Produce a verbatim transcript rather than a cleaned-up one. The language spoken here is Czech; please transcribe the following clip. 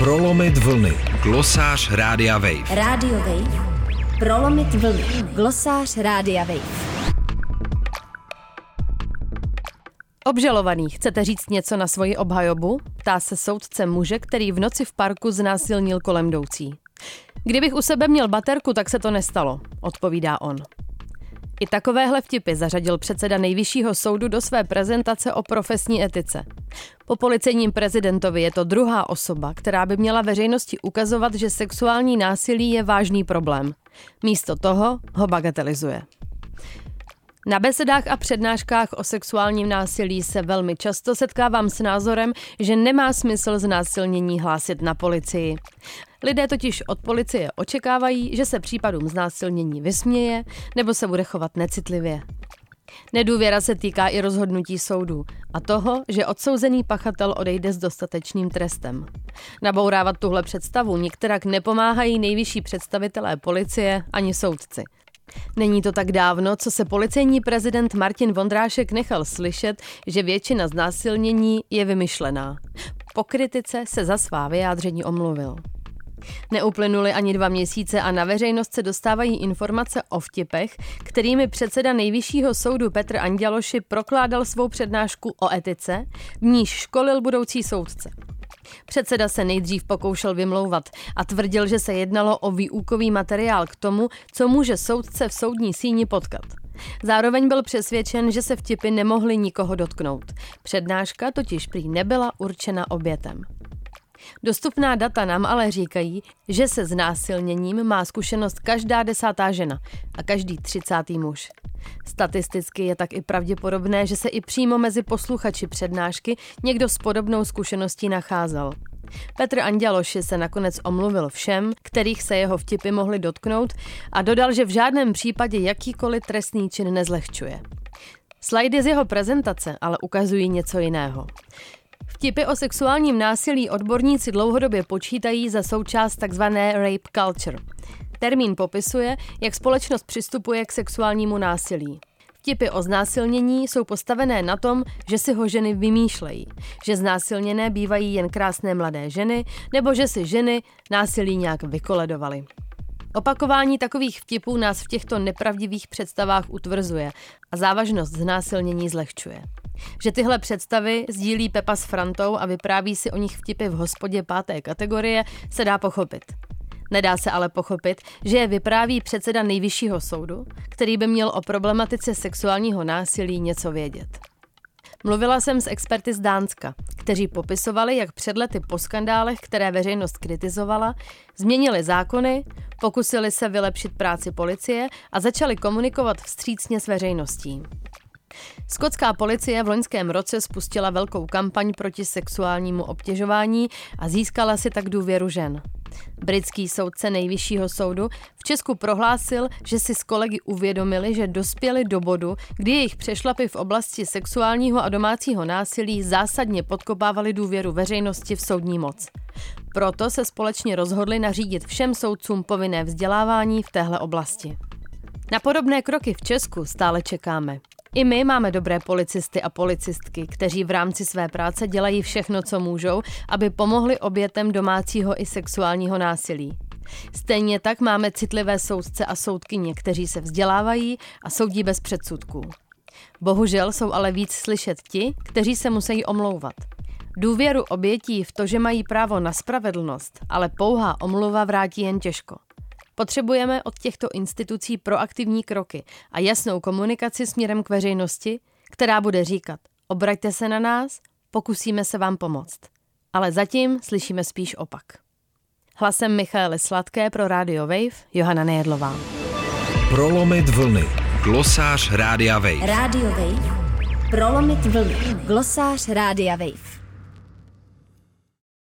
Prolomit vlny. Glosář Rádia Wave. Rádio Wave. Prolomit vlny. Glosář Rádia Wave. Obžalovaný, chcete říct něco na svoji obhajobu? Ptá se soudce muže, který v noci v parku znásilnil kolem jdoucí. Kdybych u sebe měl baterku, tak se to nestalo, odpovídá on. I takovéhle vtipy zařadil předseda Nejvyššího soudu do své prezentace o profesní etice. Po policejním prezidentovi je to druhá osoba, která by měla veřejnosti ukazovat, že sexuální násilí je vážný problém. Místo toho ho bagatelizuje. Na besedách a přednáškách o sexuálním násilí se velmi často setkávám s názorem, že nemá smysl znásilnění hlásit na policii. Lidé totiž od policie očekávají, že se případům znásilnění vysměje nebo se bude chovat necitlivě. Nedůvěra se týká i rozhodnutí soudů a toho, že odsouzený pachatel odejde s dostatečným trestem. Nabourávat tuhle představu nikterak nepomáhají nejvyšší představitelé policie ani soudci. Není to tak dávno, co se policejní prezident Martin Vondrášek nechal slyšet, že většina znásilnění je vymyšlená. Po kritice se za svá vyjádření omluvil. Neuplynuly ani dva měsíce a na veřejnost se dostávají informace o vtipech, kterými předseda Nejvyššího soudu Petr Anděloši prokládal svou přednášku o etice, v níž školil budoucí soudce. Předseda se nejdřív pokoušel vymlouvat a tvrdil, že se jednalo o výukový materiál k tomu, co může soudce v soudní síni potkat. Zároveň byl přesvědčen, že se vtipy nemohly nikoho dotknout. Přednáška totiž prý nebyla určena obětem. Dostupná data nám ale říkají, že se znásilněním má zkušenost každá desátá žena a každý třicátý muž. Statisticky je tak i pravděpodobné, že se i přímo mezi posluchači přednášky někdo s podobnou zkušeností nacházel. Petr Anděloši se nakonec omluvil všem, kterých se jeho vtipy mohly dotknout a dodal, že v žádném případě jakýkoliv trestný čin nezlehčuje. Slajdy z jeho prezentace ale ukazují něco jiného. Vtipy o sexuálním násilí odborníci dlouhodobě počítají za součást takzvané rape culture. Termín popisuje, jak společnost přistupuje k sexuálnímu násilí. Vtipy o znásilnění jsou postavené na tom, že si ho ženy vymýšlejí, že znásilněné bývají jen krásné mladé ženy, nebo že si ženy násilí nějak vykoledovaly. Opakování takových vtipů nás v těchto nepravdivých představách utvrzuje a závažnost znásilnění zlehčuje. Že tyhle představy sdílí Pepa s Frantou a vypráví si o nich vtipy v hospodě páté kategorie, se dá pochopit. Nedá se ale pochopit, že je vypráví předseda Nejvyššího soudu, který by měl o problematice sexuálního násilí něco vědět. Mluvila jsem s experty z Dánska, kteří popisovali, jak před lety po skandálech, které veřejnost kritizovala, změnili zákony, pokusili se vylepšit práci policie a začali komunikovat vstřícně s veřejností. Skotská policie v loňském roce spustila velkou kampaň proti sexuálnímu obtěžování a získala si tak důvěru žen. Britský soudce Nejvyššího soudu v Česku prohlásil, že si s kolegy uvědomili, že dospěli do bodu, kdy jejich přešlapy v oblasti sexuálního a domácího násilí zásadně podkopávaly důvěru veřejnosti v soudní moc. Proto se společně rozhodli nařídit všem soudcům povinné vzdělávání v téhle oblasti. Na podobné kroky v Česku stále čekáme. I my máme dobré policisty a policistky, kteří v rámci své práce dělají všechno, co můžou, aby pomohli obětem domácího i sexuálního násilí. Stejně tak máme citlivé soudce a soudkyně, kteří se vzdělávají a soudí bez předsudků. Bohužel jsou ale víc slyšet ti, kteří se musí omlouvat. Důvěru obětí v to, že mají právo na spravedlnost, ale pouhá omluva vrátí jen těžko. Potřebujeme od těchto institucí proaktivní kroky a jasnou komunikaci směrem k veřejnosti, která bude říkat: obraťte se na nás, pokusíme se vám pomoct. Ale zatím slyšíme spíš opak. Hlasem Michaely Sladké pro Radio Wave, Johana Nejedlová. Prolomit vlny. Glosář Rádia Wave. Radio Wave. Prolomit vlny. Glosář Rádia Wave.